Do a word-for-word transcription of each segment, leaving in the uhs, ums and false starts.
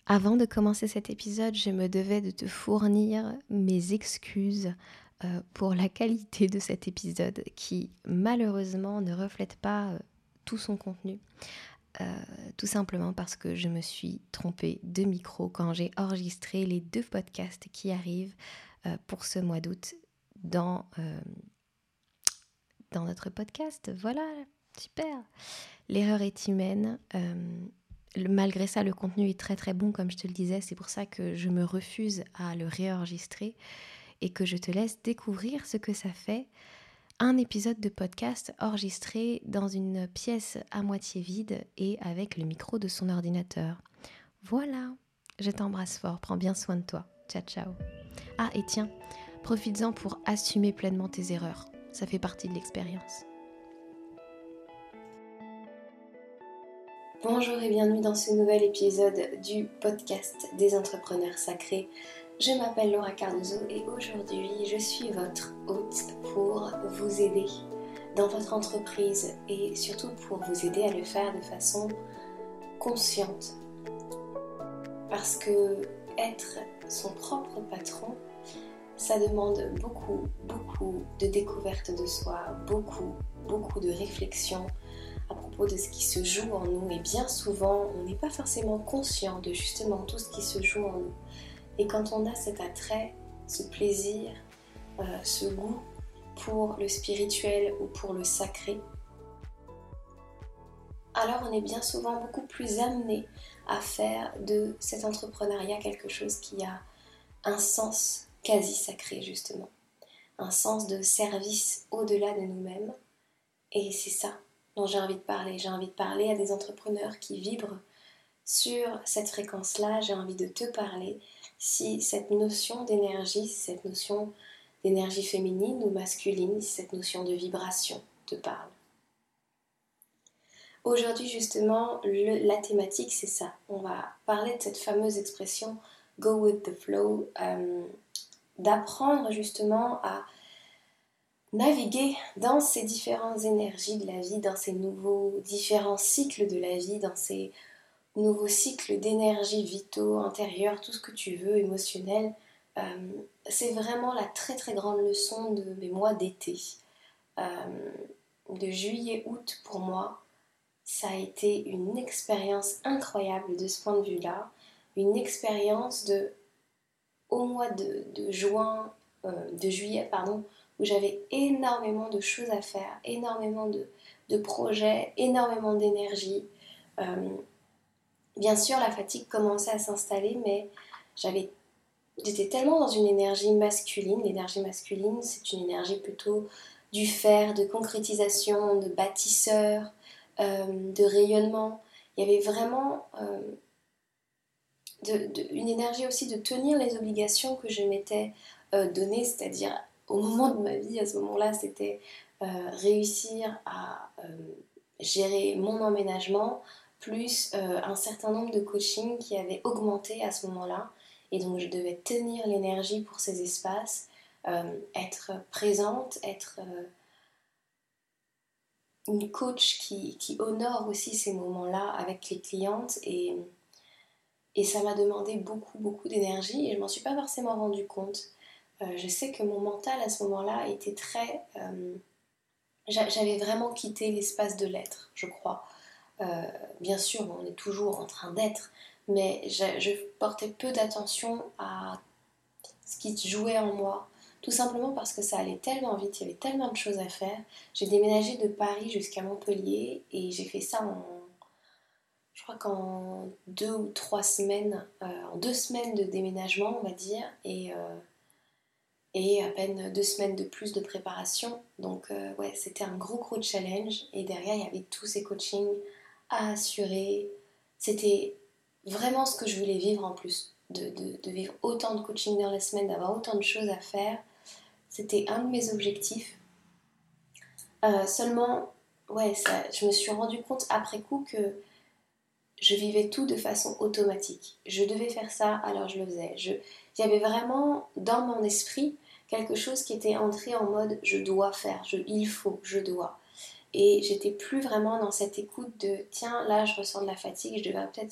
Avant de commencer cet épisode, je me devais de te fournir mes excuses euh, pour la qualité de cet épisode qui malheureusement ne reflète pas euh, tout son contenu. Euh, tout simplement parce que je me suis trompée de micro quand j'ai enregistré les deux podcasts qui arrivent euh, pour ce mois d'août dans, euh, dans notre podcast. Voilà, super. L'erreur est humaine. Euh, malgré ça, le contenu est très très bon, comme je te le disais. C'est pour ça que je me refuse à le réenregistrer et que je te laisse découvrir ce que ça fait. Un épisode de podcast enregistré dans une pièce à moitié vide et avec le micro de son ordinateur. Voilà, je t'embrasse fort, prends bien soin de toi. Ciao, ciao. Ah, et tiens, profites-en pour assumer pleinement tes erreurs. Ça fait partie de l'expérience. Bonjour et bienvenue dans ce nouvel épisode du podcast des entrepreneurs sacrés. Je m'appelle Laura Cardozo et aujourd'hui je suis votre hôte pour vous aider dans votre entreprise et surtout pour vous aider à le faire de façon consciente. Parce que être son propre patron, ça demande beaucoup, beaucoup de découverte de soi, beaucoup, beaucoup de réflexion à propos de ce qui se joue en nous, et bien souvent on n'est pas forcément conscient de justement tout ce qui se joue en nous. Et quand on a cet attrait, ce plaisir, euh, ce goût pour le spirituel ou pour le sacré, alors on est bien souvent beaucoup plus amené à faire de cet entrepreneuriat quelque chose qui a un sens quasi sacré justement, un sens de service au-delà de nous-mêmes. Et c'est ça dont j'ai envie de parler. J'ai envie de parler à des entrepreneurs qui vibrent sur cette fréquence-là. J'ai envie de te parler si cette notion d'énergie, si cette notion d'énergie féminine ou masculine, si cette notion de vibration te parle. Aujourd'hui justement, le, la thématique c'est ça. On va parler de cette fameuse expression « go with the flow euh, », d'apprendre justement à naviguer dans ces différentes énergies de la vie, dans ces nouveaux différents cycles de la vie, dans ces nouveaux cycles d'énergie vitaux, intérieurs, tout ce que tu veux, émotionnel. Euh, c'est vraiment la très très grande leçon de mes mois d'été. Euh, de juillet-août pour moi, ça a été une expérience incroyable de ce point de vue-là. Une expérience de, au mois de, de juin, euh, de juillet, pardon, où j'avais énormément de choses à faire, énormément de, de projets, énormément d'énergie. Euh, bien sûr, la fatigue commençait à s'installer, mais j'avais, j'étais tellement dans une énergie masculine. L'énergie masculine, c'est une énergie plutôt du faire, de concrétisation, de bâtisseur, euh, de rayonnement. Il y avait vraiment euh, de, de, une énergie aussi de tenir les obligations que je m'étais euh, données, c'est-à-dire au moment de ma vie, à ce moment-là, c'était euh, réussir à euh, gérer mon emménagement, plus euh, un certain nombre de coachings qui avaient augmenté à ce moment-là. Et donc je devais tenir l'énergie pour ces espaces, euh, être présente, être euh, une coach qui, qui honore aussi ces moments-là avec les clientes. Et, et ça m'a demandé beaucoup, beaucoup d'énergie et je m'en suis pas forcément rendu compte. Euh, je sais que mon mental à ce moment-là était très... Euh, j'avais vraiment quitté l'espace de l'être, je crois. Euh, bien sûr, on est toujours en train d'être, mais je, je portais peu d'attention à ce qui se jouait en moi. Tout simplement parce que ça allait tellement vite, il y avait tellement de choses à faire. J'ai déménagé de Paris jusqu'à Montpellier et j'ai fait ça en... Je crois qu'en deux ou trois semaines, euh, en deux semaines de déménagement, on va dire, et... Euh, et à peine deux semaines de plus de préparation. Donc euh, ouais, c'était un gros gros challenge et derrière il y avait tous ces coachings à assurer. C'était vraiment ce que je voulais vivre en plus, de, de, de vivre autant de coaching dans la semaine, d'avoir autant de choses à faire. C'était un de mes objectifs. Euh, seulement, ouais, ça, je me suis rendu compte après coup que je vivais tout de façon automatique. Je devais faire ça, alors je le faisais. Je, il y avait vraiment dans mon esprit quelque chose qui était entré en mode je dois faire, je, il faut, je dois. Et j'étais plus vraiment dans cette écoute de tiens, là je ressens de la fatigue, je devrais peut-être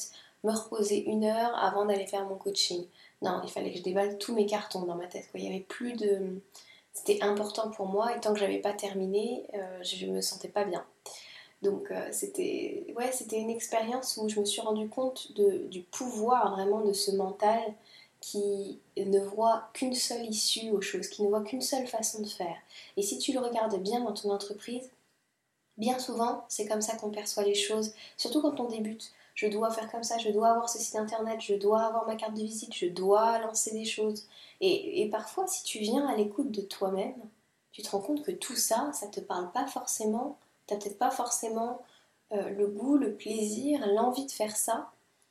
me reposer une heure avant d'aller faire mon coaching. Non, il fallait que je déballe tous mes cartons dans ma tête, quoi. Il y avait plus de... C'était important pour moi et tant que j'avais pas terminé, euh, je me sentais pas bien. Donc euh, c'était ouais, c'était une expérience où je me suis rendu compte de, du pouvoir vraiment de ce mental qui ne voit qu'une seule issue aux choses, qui ne voit qu'une seule façon de faire. Et si tu le regardes bien dans ton entreprise, bien souvent, c'est comme ça qu'on perçoit les choses, surtout quand on débute. Je dois faire comme ça, je dois avoir ce site internet, je dois avoir ma carte de visite, je dois lancer des choses. Et, et parfois, si tu viens à l'écoute de toi-même, tu te rends compte que tout ça, ça te parle pas forcément, t'as peut-être pas forcément euh, le goût, le plaisir, l'envie de faire ça.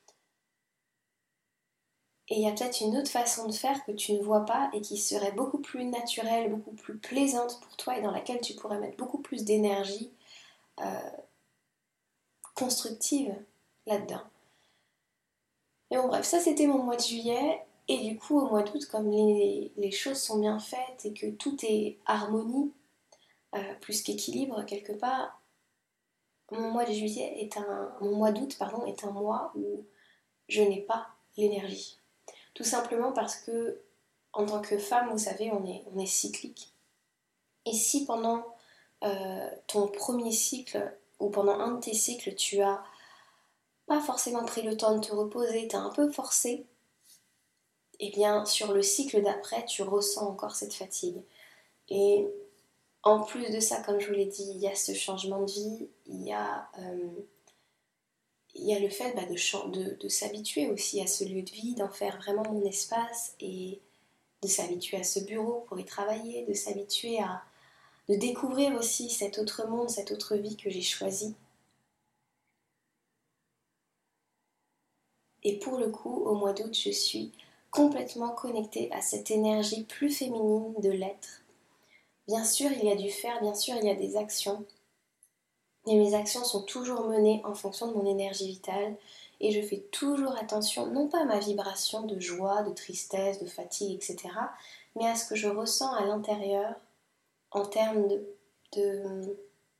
Et il y a peut-être une autre façon de faire que tu ne vois pas et qui serait beaucoup plus naturelle, beaucoup plus plaisante pour toi et dans laquelle tu pourrais mettre beaucoup plus d'énergie euh, constructive là-dedans. Et bon bref, ça c'était mon mois de juillet. Et du coup au mois d'août, comme les, les choses sont bien faites et que tout est harmonie, euh, plus qu'équilibre quelque part, mon mois de juillet est un. Mon mois d'août, pardon, est un mois où je n'ai pas l'énergie. Tout simplement parce que en tant que femme, vous savez, on est, on est cyclique. Et si pendant euh, ton premier cycle ou pendant un de tes cycles, tu as pas forcément pris le temps de te reposer, tu as un peu forcé, et bien sur le cycle d'après, tu ressens encore cette fatigue. Et en plus de ça, comme je vous l'ai dit, il y a ce changement de vie, il y a, euh, il y a le fait bah, de, de, de s'habituer aussi à ce lieu de vie, d'en faire vraiment mon espace et de s'habituer à ce bureau pour y travailler, de s'habituer à de découvrir aussi cet autre monde, cette autre vie que j'ai choisie. Et pour le coup, au mois d'août, je suis complètement connectée à cette énergie plus féminine de l'être. Bien sûr, il y a du faire, bien sûr, il y a des actions. Et mes actions sont toujours menées en fonction de mon énergie vitale. Et je fais toujours attention, non pas à ma vibration de joie, de tristesse, de fatigue, et cetera, mais à ce que je ressens à l'intérieur en termes de, de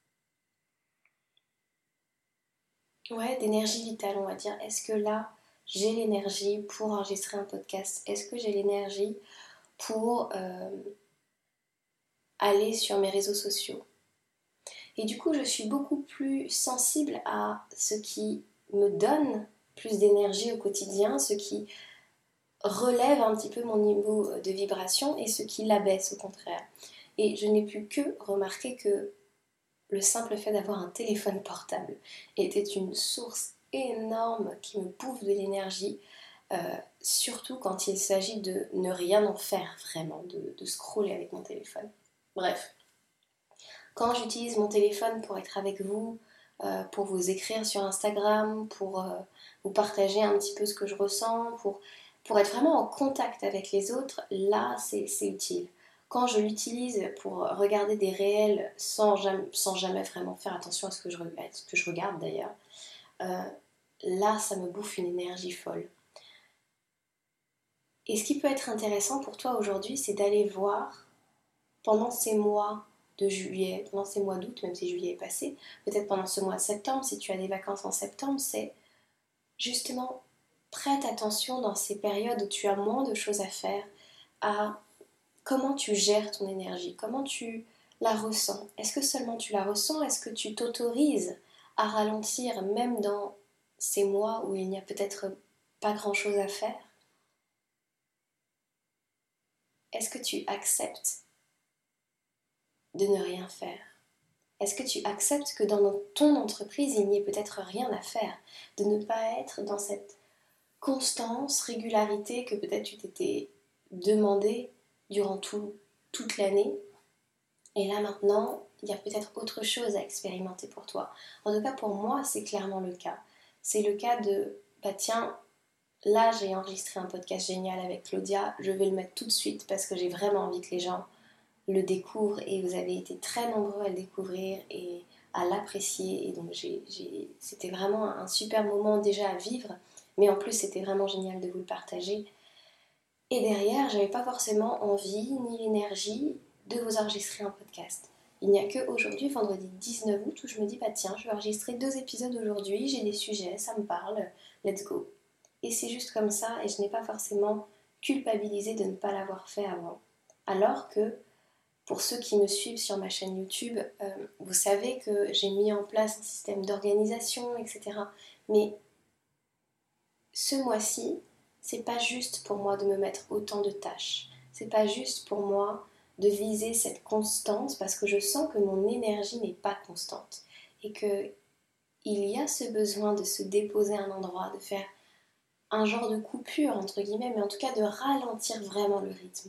ouais, d'énergie vitale, on va dire. Est-ce que là, j'ai l'énergie pour enregistrer un podcast? Est-ce que j'ai l'énergie pour euh, aller sur mes réseaux sociaux? Et du coup, je suis beaucoup plus sensible à ce qui me donne plus d'énergie au quotidien, ce qui relève un petit peu mon niveau de vibration et ce qui l'abaisse au contraire. Et je n'ai pu que remarquer que le simple fait d'avoir un téléphone portable était une source énorme qui me bouffe de l'énergie, euh, surtout quand il s'agit de ne rien en faire vraiment, de, de scroller avec mon téléphone. Bref, quand j'utilise mon téléphone pour être avec vous, euh, pour vous écrire sur Instagram, pour euh, vous partager un petit peu ce que je ressens, pour, pour être vraiment en contact avec les autres, là c'est, c'est utile. Quand je l'utilise pour regarder des réels sans jamais, sans jamais vraiment faire attention à ce que je, à ce que je regarde d'ailleurs, euh, là ça me bouffe une énergie folle. Et ce qui peut être intéressant pour toi aujourd'hui, c'est d'aller voir pendant ces mois de juillet, pendant ces mois d'août, même si juillet est passé, peut-être pendant ce mois de septembre, si tu as des vacances en septembre, c'est justement prête attention dans ces périodes où tu as moins de choses à faire à comment tu gères ton énergie, comment tu la ressens. Est-ce que seulement tu la ressens? Est-ce que tu t'autorises à ralentir même dans ces mois où il n'y a peut-être pas grand-chose à faire? Est-ce que tu acceptes de ne rien faire? Est-ce que tu acceptes que dans ton entreprise, il n'y ait peut-être rien à faire? De ne pas être dans cette constance, régularité que peut-être tu t'étais demandé durant tout, toute l'année. Et là maintenant, il y a peut-être autre chose à expérimenter pour toi. En tout cas, pour moi, c'est clairement le cas. C'est le cas de, bah tiens, là j'ai enregistré un podcast génial avec Claudia, je vais le mettre tout de suite parce que j'ai vraiment envie que les gens le découvrent et vous avez été très nombreux à le découvrir et à l'apprécier. Et donc j'ai, j'ai... c'était vraiment un super moment déjà à vivre, mais en plus c'était vraiment génial de vous le partager. Et derrière, j'avais pas forcément envie ni l'énergie de vous enregistrer un podcast. Il n'y a que aujourd'hui, vendredi dix-neuf août, où je me dis bah tiens, je vais enregistrer deux épisodes aujourd'hui, j'ai des sujets, ça me parle, let's go. Et c'est juste comme ça, et je n'ai pas forcément culpabilisé de ne pas l'avoir fait avant. Alors que, pour ceux qui me suivent sur ma chaîne YouTube, euh, vous savez que j'ai mis en place un système d'organisation, et cetera. Mais ce mois-ci, c'est pas juste pour moi de me mettre autant de tâches. C'est pas juste pour moi de viser cette constance parce que je sens que mon énergie n'est pas constante et que il y a ce besoin de se déposer à un endroit, de faire un genre de coupure entre guillemets, mais en tout cas de ralentir vraiment le rythme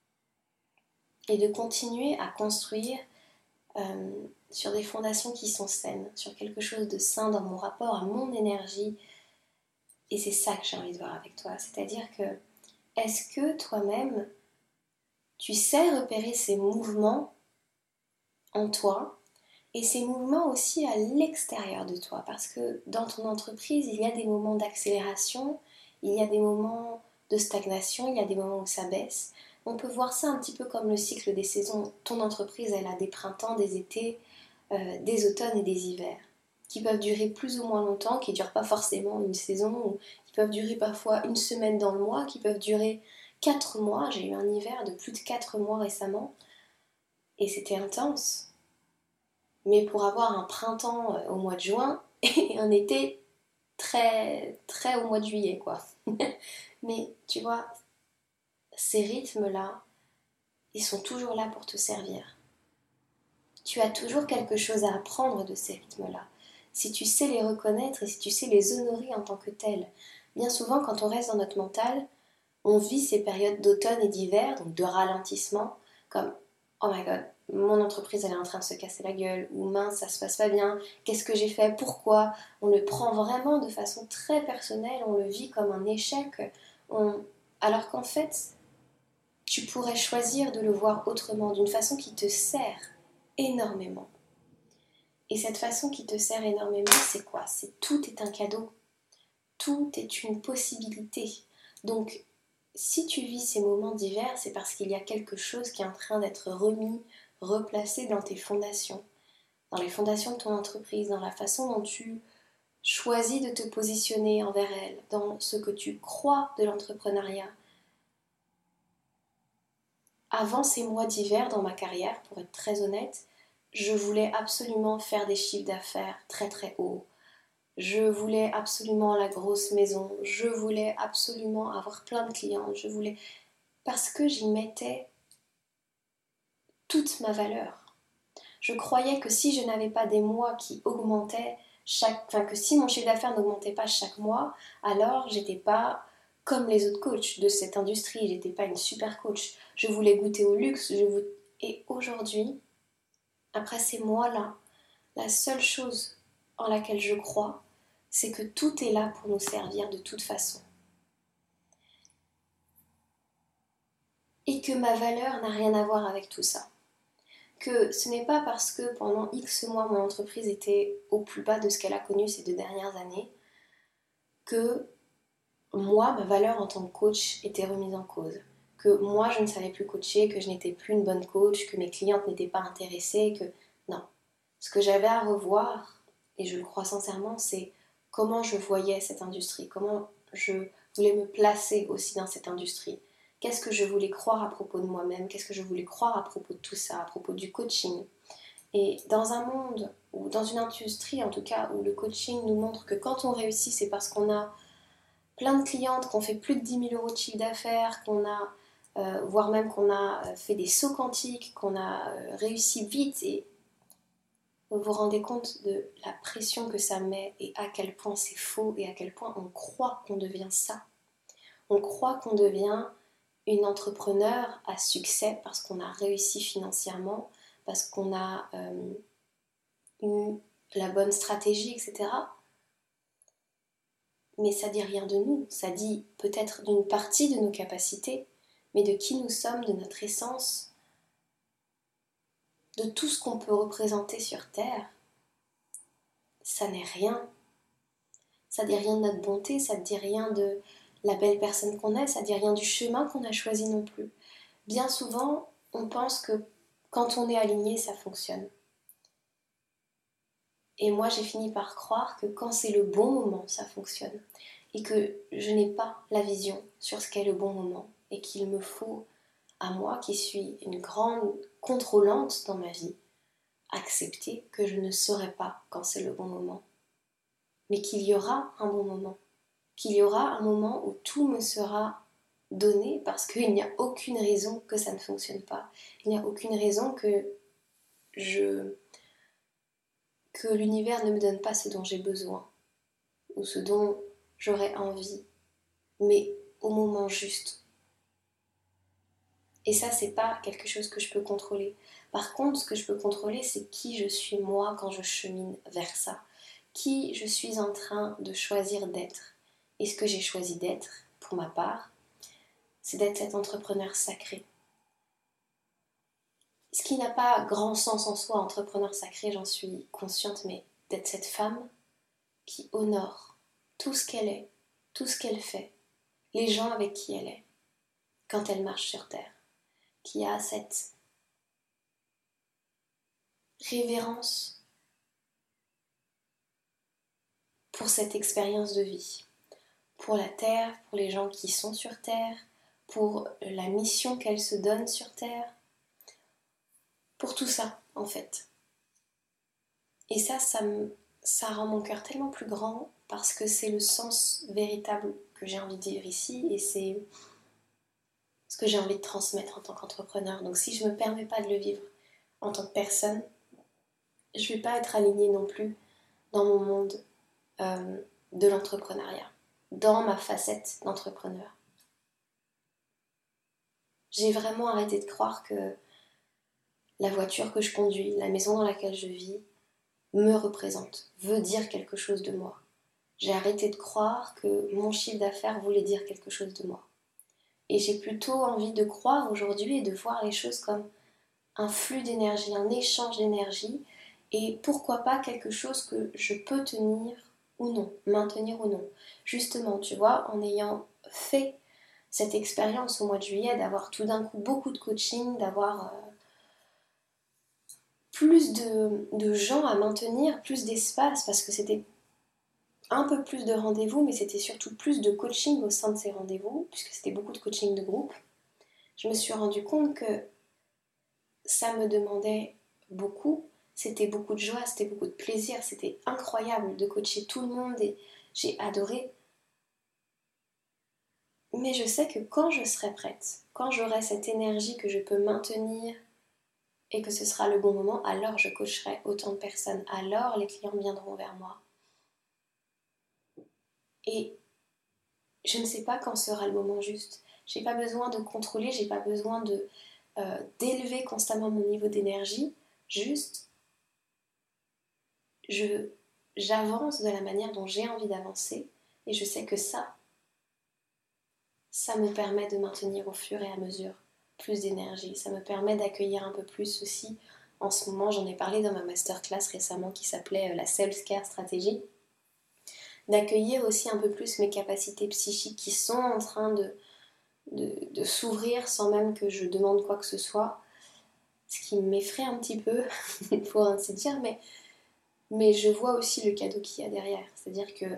et de continuer à construire euh, sur des fondations qui sont saines, sur quelque chose de sain dans mon rapport à mon énergie. Et c'est ça que j'ai envie de voir avec toi, c'est-à-dire que est-ce que toi-même tu sais repérer ces mouvements en toi et ces mouvements aussi à l'extérieur de toi, parce que dans ton entreprise il y a des moments d'accélération, il y a des moments de stagnation, il y a des moments où ça baisse. On peut voir ça un petit peu comme le cycle des saisons. Ton entreprise, elle a des printemps, des étés, euh, des automnes et des hivers qui peuvent durer plus ou moins longtemps, qui ne durent pas forcément une saison, ou qui peuvent durer parfois une semaine dans le mois, qui peuvent durer quatre mois. J'ai eu un hiver de plus de quatre mois récemment et c'était intense. Mais pour avoir un printemps au mois de juin et un été très très au mois de juillet quoi. Mais tu vois, ces rythmes-là, ils sont toujours là pour te servir. Tu as toujours quelque chose à apprendre de ces rythmes-là. Si tu sais les reconnaître et si tu sais les honorer en tant que tels. Bien souvent, quand on reste dans notre mental, on vit ces périodes d'automne et d'hiver, donc de ralentissement, comme « Oh my god, mon entreprise elle est en train de se casser la gueule » ou « Mince, ça se passe pas bien, qu'est-ce que j'ai fait, pourquoi ?» On le prend vraiment de façon très personnelle, on le vit comme un échec, on... alors qu'en fait, tu pourrais choisir de le voir autrement, d'une façon qui te sert énormément. Et cette façon qui te sert énormément, c'est quoi? C'est tout est un cadeau, tout est une possibilité. Donc, si tu vis ces moments d'hiver, c'est parce qu'il y a quelque chose qui est en train d'être remis, replacé dans tes fondations, dans les fondations de ton entreprise, dans la façon dont tu choisis de te positionner envers elle, dans ce que tu crois de l'entrepreneuriat. Avant ces mois d'hiver dans ma carrière, pour être très honnête, je voulais absolument faire des chiffres d'affaires très très hauts. Je voulais absolument la grosse maison, je voulais absolument avoir plein de clients, je voulais... parce que j'y mettais toute ma valeur. Je croyais que si je n'avais pas des mois qui augmentaient chaque... Enfin, que si mon chiffre d'affaires n'augmentait pas chaque mois, alors j'étais pas comme les autres coachs de cette industrie, j'étais pas une super coach. Je voulais goûter au luxe, je voulais... Et aujourd'hui, après ces mois-là, la seule chose en laquelle je crois, c'est que tout est là pour nous servir de toute façon. Et que ma valeur n'a rien à voir avec tout ça. Que ce n'est pas parce que pendant X mois mon entreprise était au plus bas de ce qu'elle a connu ces deux dernières années que moi, ma valeur en tant que coach était remise en cause. Que moi, je ne savais plus coacher, que je n'étais plus une bonne coach, que mes clientes n'étaient pas intéressées, que... Non. Ce que j'avais à revoir, et je le crois sincèrement, c'est comment je voyais cette industrie, comment je voulais me placer aussi dans cette industrie. Qu'est-ce que je voulais croire à propos de moi-même, qu'est-ce que je voulais croire à propos de tout ça, à propos du coaching. Et dans un monde, ou dans une industrie en tout cas, où le coaching nous montre que quand on réussit, c'est parce qu'on a plein de clientes, qu'on fait plus de dix mille euros de chiffre d'affaires, qu'on a, euh, voire même qu'on a fait des sauts quantiques, qu'on a euh, réussi vite, et vous vous rendez compte de la pression que ça met et à quel point c'est faux et à quel point on croit qu'on devient ça. On croit qu'on devient une entrepreneur à succès parce qu'on a réussi financièrement, parce qu'on a euh, eu la bonne stratégie, et cetera. Mais ça dit rien de nous, ça dit peut-être d'une partie de nos capacités, mais de qui nous sommes, de notre essence, de tout ce qu'on peut représenter sur Terre. Ça n'est rien. Ça dit rien de notre bonté, ça ne dit rien de la belle personne qu'on est, ça ne dit rien du chemin qu'on a choisi non plus. Bien souvent, on pense que quand on est aligné, ça fonctionne. Et moi, j'ai fini par croire que quand c'est le bon moment, ça fonctionne. et que je n'ai pas la vision sur ce qu'est le bon moment et qu'il me faut, à moi qui suis une grande contrôlante dans ma vie, accepter que je ne saurai pas quand c'est le bon moment, mais qu'il y aura un bon moment, qu'il y aura un moment où tout me sera donné parce qu'il n'y a aucune raison que ça ne fonctionne pas. Il n'y a aucune raison que je que l'univers ne me donne pas ce dont j'ai besoin ou ce dont j'aurais envie, mais au moment juste. Et ça, c'est pas quelque chose que je peux contrôler. Par contre, ce que je peux contrôler, c'est qui je suis moi quand je chemine vers ça. Qui je suis en train de choisir d'être. Et ce que j'ai choisi d'être, pour ma part, c'est d'être cet entrepreneur sacré. Ce qui n'a pas grand sens en soi, entrepreneur sacré, j'en suis consciente, mais d'être cette femme qui honore tout ce qu'elle est, tout ce qu'elle fait, les gens avec qui elle est, quand elle marche sur Terre, qui a cette révérence pour cette expérience de vie, pour la Terre, pour les gens qui sont sur Terre, pour la mission qu'elle se donne sur Terre, pour tout ça, en fait. Et ça, ça, me, ça rend mon cœur tellement plus grand parce que c'est le sens véritable que j'ai envie de vivre ici et c'est ce que j'ai envie de transmettre en tant qu'entrepreneur. Donc si je ne me permets pas de le vivre en tant que personne, je ne vais pas être alignée non plus dans mon monde euh, de l'entrepreneuriat, dans ma facette d'entrepreneur. J'ai vraiment arrêté de croire que la voiture que je conduis, la maison dans laquelle je vis, me représente, veut dire quelque chose de moi. J'ai arrêté de croire que mon chiffre d'affaires voulait dire quelque chose de moi. Et j'ai plutôt envie de croire aujourd'hui et de voir les choses comme un flux d'énergie, un échange d'énergie, et pourquoi pas quelque chose que je peux tenir ou non, maintenir ou non. Justement, tu vois, en ayant fait cette expérience au mois de juillet, d'avoir tout d'un coup beaucoup de coaching, d'avoir euh, plus de, de gens à maintenir, plus d'espace, parce que c'était un peu plus de rendez-vous, mais c'était surtout plus de coaching au sein de ces rendez-vous, puisque c'était beaucoup de coaching de groupe. Je me suis rendu compte que ça me demandait beaucoup, c'était beaucoup de joie, c'était beaucoup de plaisir, c'était incroyable de coacher tout le monde et j'ai adoré. Mais je sais que quand je serai prête, quand j'aurai cette énergie que je peux maintenir et que ce sera le bon moment, alors je coacherai autant de personnes, alors les clients viendront vers moi. Et je ne sais pas quand sera le moment juste. J'ai pas besoin de contrôler, j'ai pas besoin de euh, d'élever constamment mon niveau d'énergie. Juste, je j'avance de la manière dont j'ai envie d'avancer et je sais que ça, ça me permet de maintenir au fur et à mesure plus d'énergie. Ça me permet d'accueillir un peu plus aussi. En ce moment, j'en ai parlé dans ma masterclass récemment qui s'appelait la Self-Care Stratégie. D'accueillir aussi un peu plus mes capacités psychiques qui sont en train de De, de s'ouvrir sans même que je demande quoi que ce soit, ce qui m'effraie un petit peu, pour ainsi dire, mais, mais je vois aussi le cadeau qu'il y a derrière. C'est-à-dire que,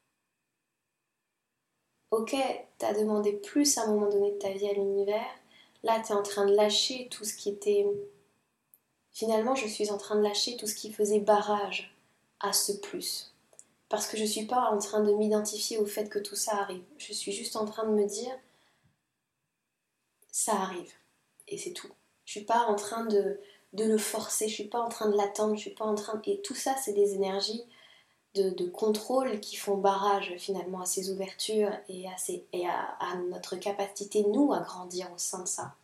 ok, t'as demandé plus à un moment donné de ta vie à l'univers, là t'es en train de lâcher tout ce qui était... Finalement, je suis en train de lâcher tout ce qui faisait barrage à ce plus. Parce que je suis pas en train de m'identifier au fait que tout ça arrive. Je suis juste en train de me dire, ça arrive. Et c'est tout. Je suis pas en train de, de le forcer, je suis pas en train de l'attendre, je suis pas en train... Et tout ça, c'est des énergies de, de contrôle qui font barrage finalement à ces ouvertures et, à, ces, et à, à notre capacité, nous, à grandir au sein de ça.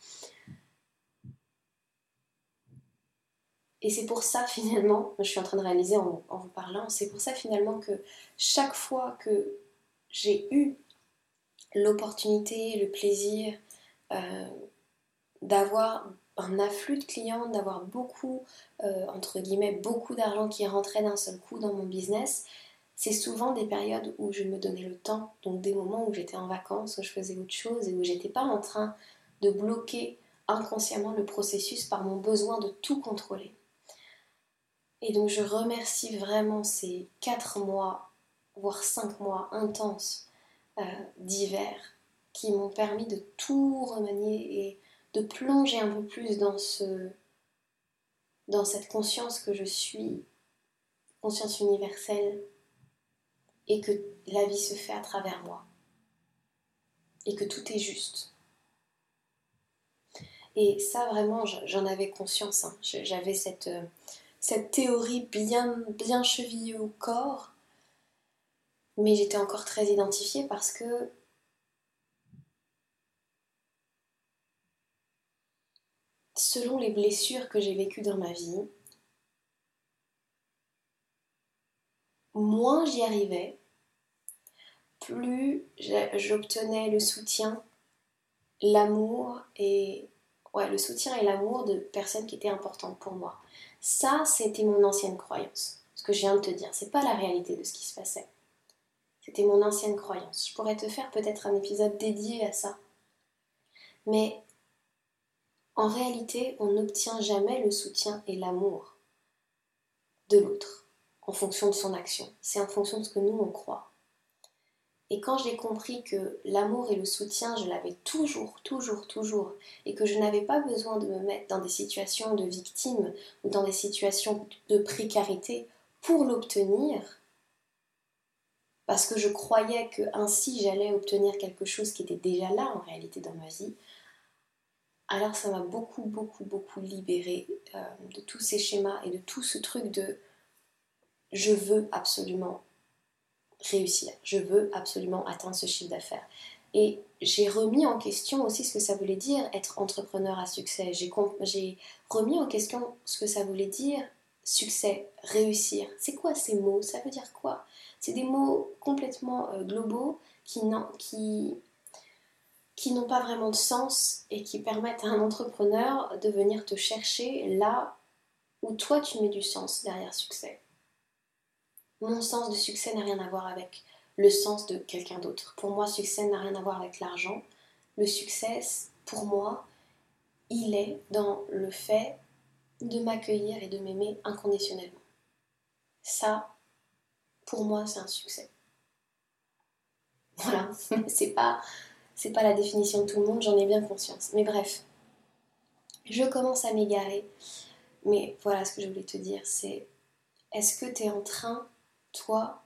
Et c'est pour ça finalement, je suis en train de réaliser en, en vous parlant, c'est pour ça finalement que chaque fois que j'ai eu l'opportunité, le plaisir euh, d'avoir un afflux de clients, d'avoir beaucoup, euh, entre guillemets, beaucoup d'argent qui rentrait d'un seul coup dans mon business, c'est souvent des périodes où je me donnais le temps, donc des moments où j'étais en vacances, où je faisais autre chose et où j'étais pas en train de bloquer inconsciemment le processus par mon besoin de tout contrôler. Et donc je remercie vraiment ces quatre mois, voire cinq mois intenses euh, divers qui m'ont permis de tout remanier et de plonger un peu plus dans, ce, dans cette conscience que je suis, conscience universelle, et que la vie se fait à travers moi, et que tout est juste. Et ça, vraiment, j'en avais conscience. Hein. J'avais cette, euh, cette théorie bien, bien chevillée au corps, mais j'étais encore très identifiée parce que selon les blessures que j'ai vécues dans ma vie, moins j'y arrivais, plus j'obtenais le soutien, l'amour et ouais, le soutien et l'amour de personnes qui étaient importantes pour moi. Ça, c'était mon ancienne croyance. Ce que je viens de te dire, c'est pas la réalité de ce qui se passait. C'était mon ancienne croyance. Je pourrais te faire peut-être un épisode dédié à ça. Mais en réalité, on n'obtient jamais le soutien et l'amour de l'autre en fonction de son action. C'est en fonction de ce que nous, on croit. Et quand j'ai compris que l'amour et le soutien, je l'avais toujours, toujours, toujours, et que je n'avais pas besoin de me mettre dans des situations de victime ou dans des situations de précarité pour l'obtenir, parce que je croyais que ainsi j'allais obtenir quelque chose qui était déjà là en réalité dans ma vie, alors ça m'a beaucoup, beaucoup, beaucoup libérée euh, de tous ces schémas et de tout ce truc de je veux absolument réussir, je veux absolument atteindre ce chiffre d'affaires. Et j'ai remis en question aussi ce que ça voulait dire être entrepreneur à succès. J'ai, j'ai remis en question ce que ça voulait dire succès, réussir. C'est quoi ces mots? Ça veut dire quoi? C'est des mots complètement euh, globaux qui, n'ont, qui, qui n'ont pas vraiment de sens et qui permettent à un entrepreneur de venir te chercher là où toi tu mets du sens derrière succès. Mon sens de succès n'a rien à voir avec le sens de quelqu'un d'autre. Pour moi, succès n'a rien à voir avec l'argent. Le succès, pour moi, il est dans le fait de m'accueillir et de m'aimer inconditionnellement. Ça, pour moi, c'est un succès. Voilà, c'est pas, c'est pas la définition de tout le monde, j'en ai bien conscience. Mais bref, je commence à m'égarer. Mais voilà ce que je voulais te dire, c'est est-ce que tu es en train, toi,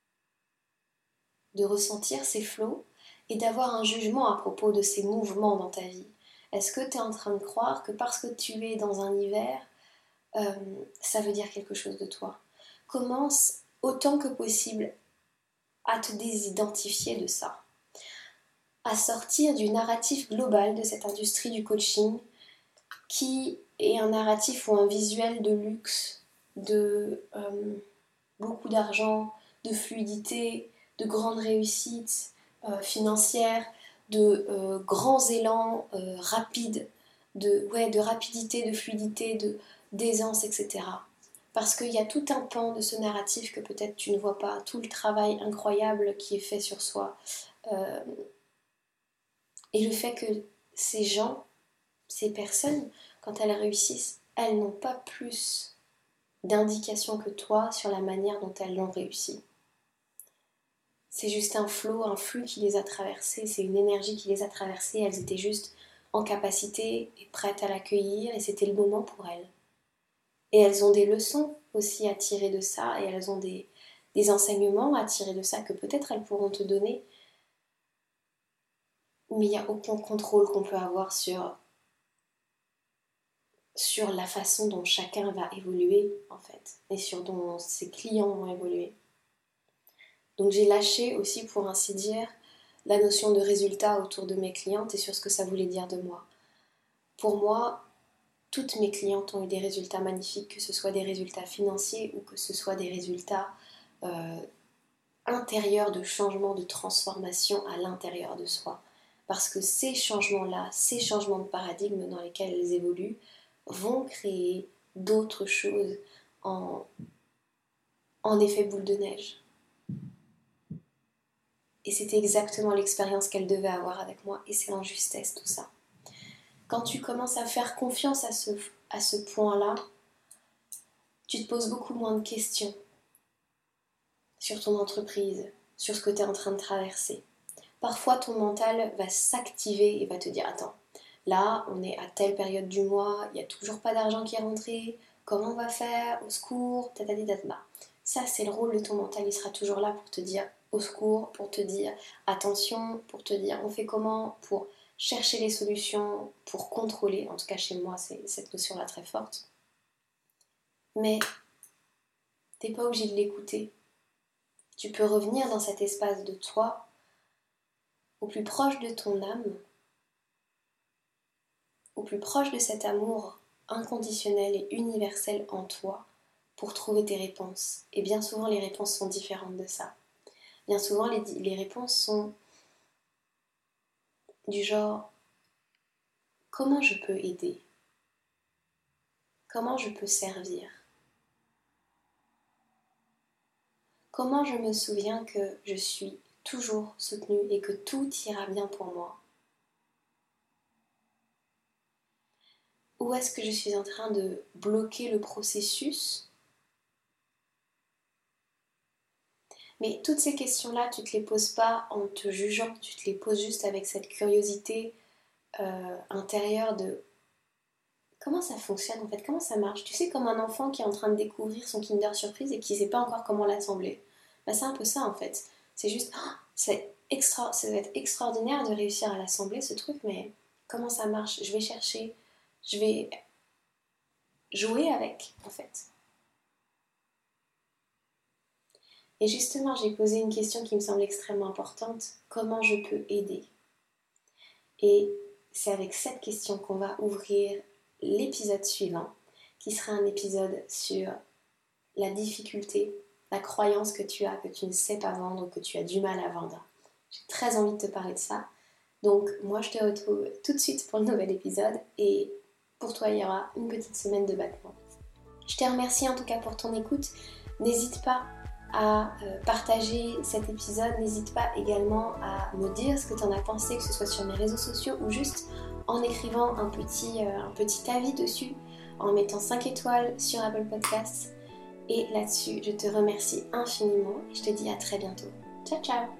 de ressentir ces flots et d'avoir un jugement à propos de ces mouvements dans ta vie? Est-ce que tu es en train de croire que parce que tu es dans un hiver, euh, ça veut dire quelque chose de toi? Commence autant que possible à te désidentifier de ça, à sortir du narratif global de cette industrie du coaching qui est un narratif ou un visuel de luxe, de euh, beaucoup d'argent, de fluidité, de grandes réussites euh, financières, de euh, grands élans euh, rapides, de, ouais, de rapidité, de fluidité, de, d'aisance, et cetera. Parce qu'il y a tout un pan de ce narratif que peut-être tu ne vois pas, tout le travail incroyable qui est fait sur soi. Euh, et le fait que ces gens, ces personnes, quand elles réussissent, elles n'ont pas plus d'indications que toi sur la manière dont elles l'ont réussi. C'est juste un flot, un flux qui les a traversées, c'est une énergie qui les a traversées, elles étaient juste en capacité et prêtes à l'accueillir et c'était le moment pour elles. Et elles ont des leçons aussi à tirer de ça et elles ont des, des enseignements à tirer de ça que peut-être elles pourront te donner, mais il n'y a aucun contrôle qu'on peut avoir sur, sur la façon dont chacun va évoluer en fait et sur dont ses clients vont évoluer. Donc j'ai lâché aussi, pour ainsi dire, la notion de résultat autour de mes clientes et sur ce que ça voulait dire de moi. Pour moi, toutes mes clientes ont eu des résultats magnifiques, que ce soit des résultats financiers ou que ce soit des résultats euh, intérieurs de changement, de transformation à l'intérieur de soi. Parce que ces changements-là, ces changements de paradigme dans lesquels elles évoluent, vont créer d'autres choses en, en effet boule de neige. Et c'était exactement l'expérience qu'elle devait avoir avec moi. Et c'est en justesse tout ça. Quand tu commences à faire confiance à ce, à ce point-là, tu te poses beaucoup moins de questions sur ton entreprise, sur ce que tu es en train de traverser. Parfois ton mental va s'activer et va te dire attends, là on est à telle période du mois, il n'y a toujours pas d'argent qui est rentré, comment on va faire, au secours, tatati tatata. Ça c'est le rôle de ton mental, il sera toujours là pour te dire au secours, pour te dire attention, pour te dire on fait comment, pour chercher les solutions, pour contrôler, en tout cas chez moi c'est cette notion-là très forte. Mais t'es pas obligé de l'écouter. Tu peux revenir dans cet espace de toi, au plus proche de ton âme, au plus proche de cet amour inconditionnel et universel en toi, pour trouver tes réponses. Et bien souvent, les réponses sont différentes de ça. Bien souvent, les, les réponses sont du genre « Comment je peux aider ? Comment je peux servir ? Comment je me souviens que je suis toujours soutenue et que tout ira bien pour moi ? Où est-ce que je suis en train de bloquer le processus ? Mais toutes ces questions-là, tu ne te les poses pas en te jugeant, tu te les poses juste avec cette curiosité euh, intérieure de comment ça fonctionne en fait, comment ça marche. Tu sais, comme un enfant qui est en train de découvrir son Kinder Surprise et qui ne sait pas encore comment l'assembler. Bah, c'est un peu ça en fait. C'est juste, oh, c'est extra, ça va être extraordinaire de réussir à l'assembler ce truc, mais comment ça marche ? Je vais chercher, je vais jouer avec en fait. Et justement, j'ai posé une question qui me semble extrêmement importante. Comment je peux aider ? Et c'est avec cette question qu'on va ouvrir l'épisode suivant, qui sera un épisode sur la difficulté, la croyance que tu as, que tu ne sais pas vendre, que tu as du mal à vendre. J'ai très envie de te parler de ça. Donc moi, je te retrouve tout de suite pour le nouvel épisode. Et pour toi, il y aura une petite semaine de battement. Je te remercie en tout cas pour ton écoute. N'hésite pas à partager cet épisode, n'hésite pas également à me dire ce que tu en as pensé, que ce soit sur mes réseaux sociaux ou juste en écrivant un petit, euh, un petit avis dessus, en mettant cinq étoiles sur Apple Podcasts. Et là-dessus, je te remercie infiniment et je te dis à très bientôt. Ciao ciao!